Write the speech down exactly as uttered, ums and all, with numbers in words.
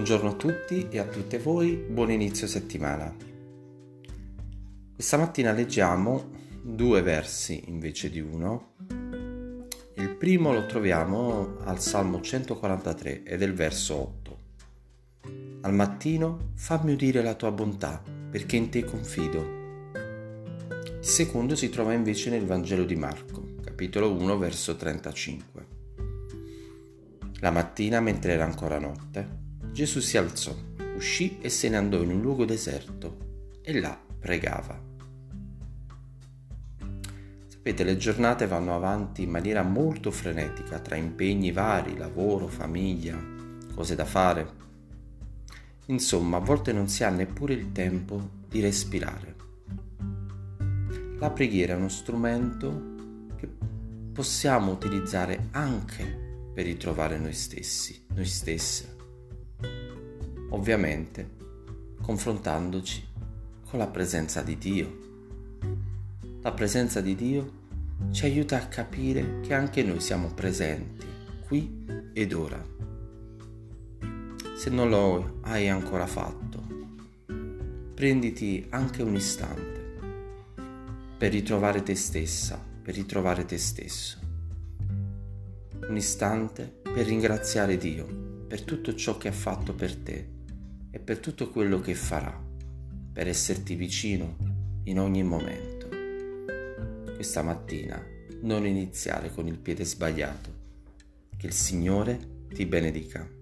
Buongiorno a tutti e a tutte voi, buon inizio settimana. Questa mattina leggiamo due versi invece di uno. Il primo lo troviamo al Salmo centoquarantatré ed è il verso otto. Al mattino fammi udire la tua bontà, perché in te confido. Il secondo si trova invece nel Vangelo di Marco, capitolo uno, verso trentacinque. La mattina, mentre era ancora notte, Gesù si alzò, uscì e se ne andò in un luogo deserto e là pregava. Sapete, le giornate vanno avanti in maniera molto frenetica tra impegni vari, lavoro, famiglia, cose da fare. Insomma, a volte non si ha neppure il tempo di respirare. La preghiera è uno strumento che possiamo utilizzare anche per ritrovare noi stessi, noi stesse. Ovviamente confrontandoci con la presenza di Dio. La presenza di Dio ci aiuta a capire che anche noi siamo presenti qui ed ora. Se non lo hai ancora fatto, prenditi anche un istante per ritrovare te stessa, per ritrovare te stesso. Un istante per ringraziare Dio per tutto ciò che ha fatto per te e per tutto quello che farà, per esserti vicino in ogni momento. Questa mattina non iniziare con il piede sbagliato. Che il Signore ti benedica.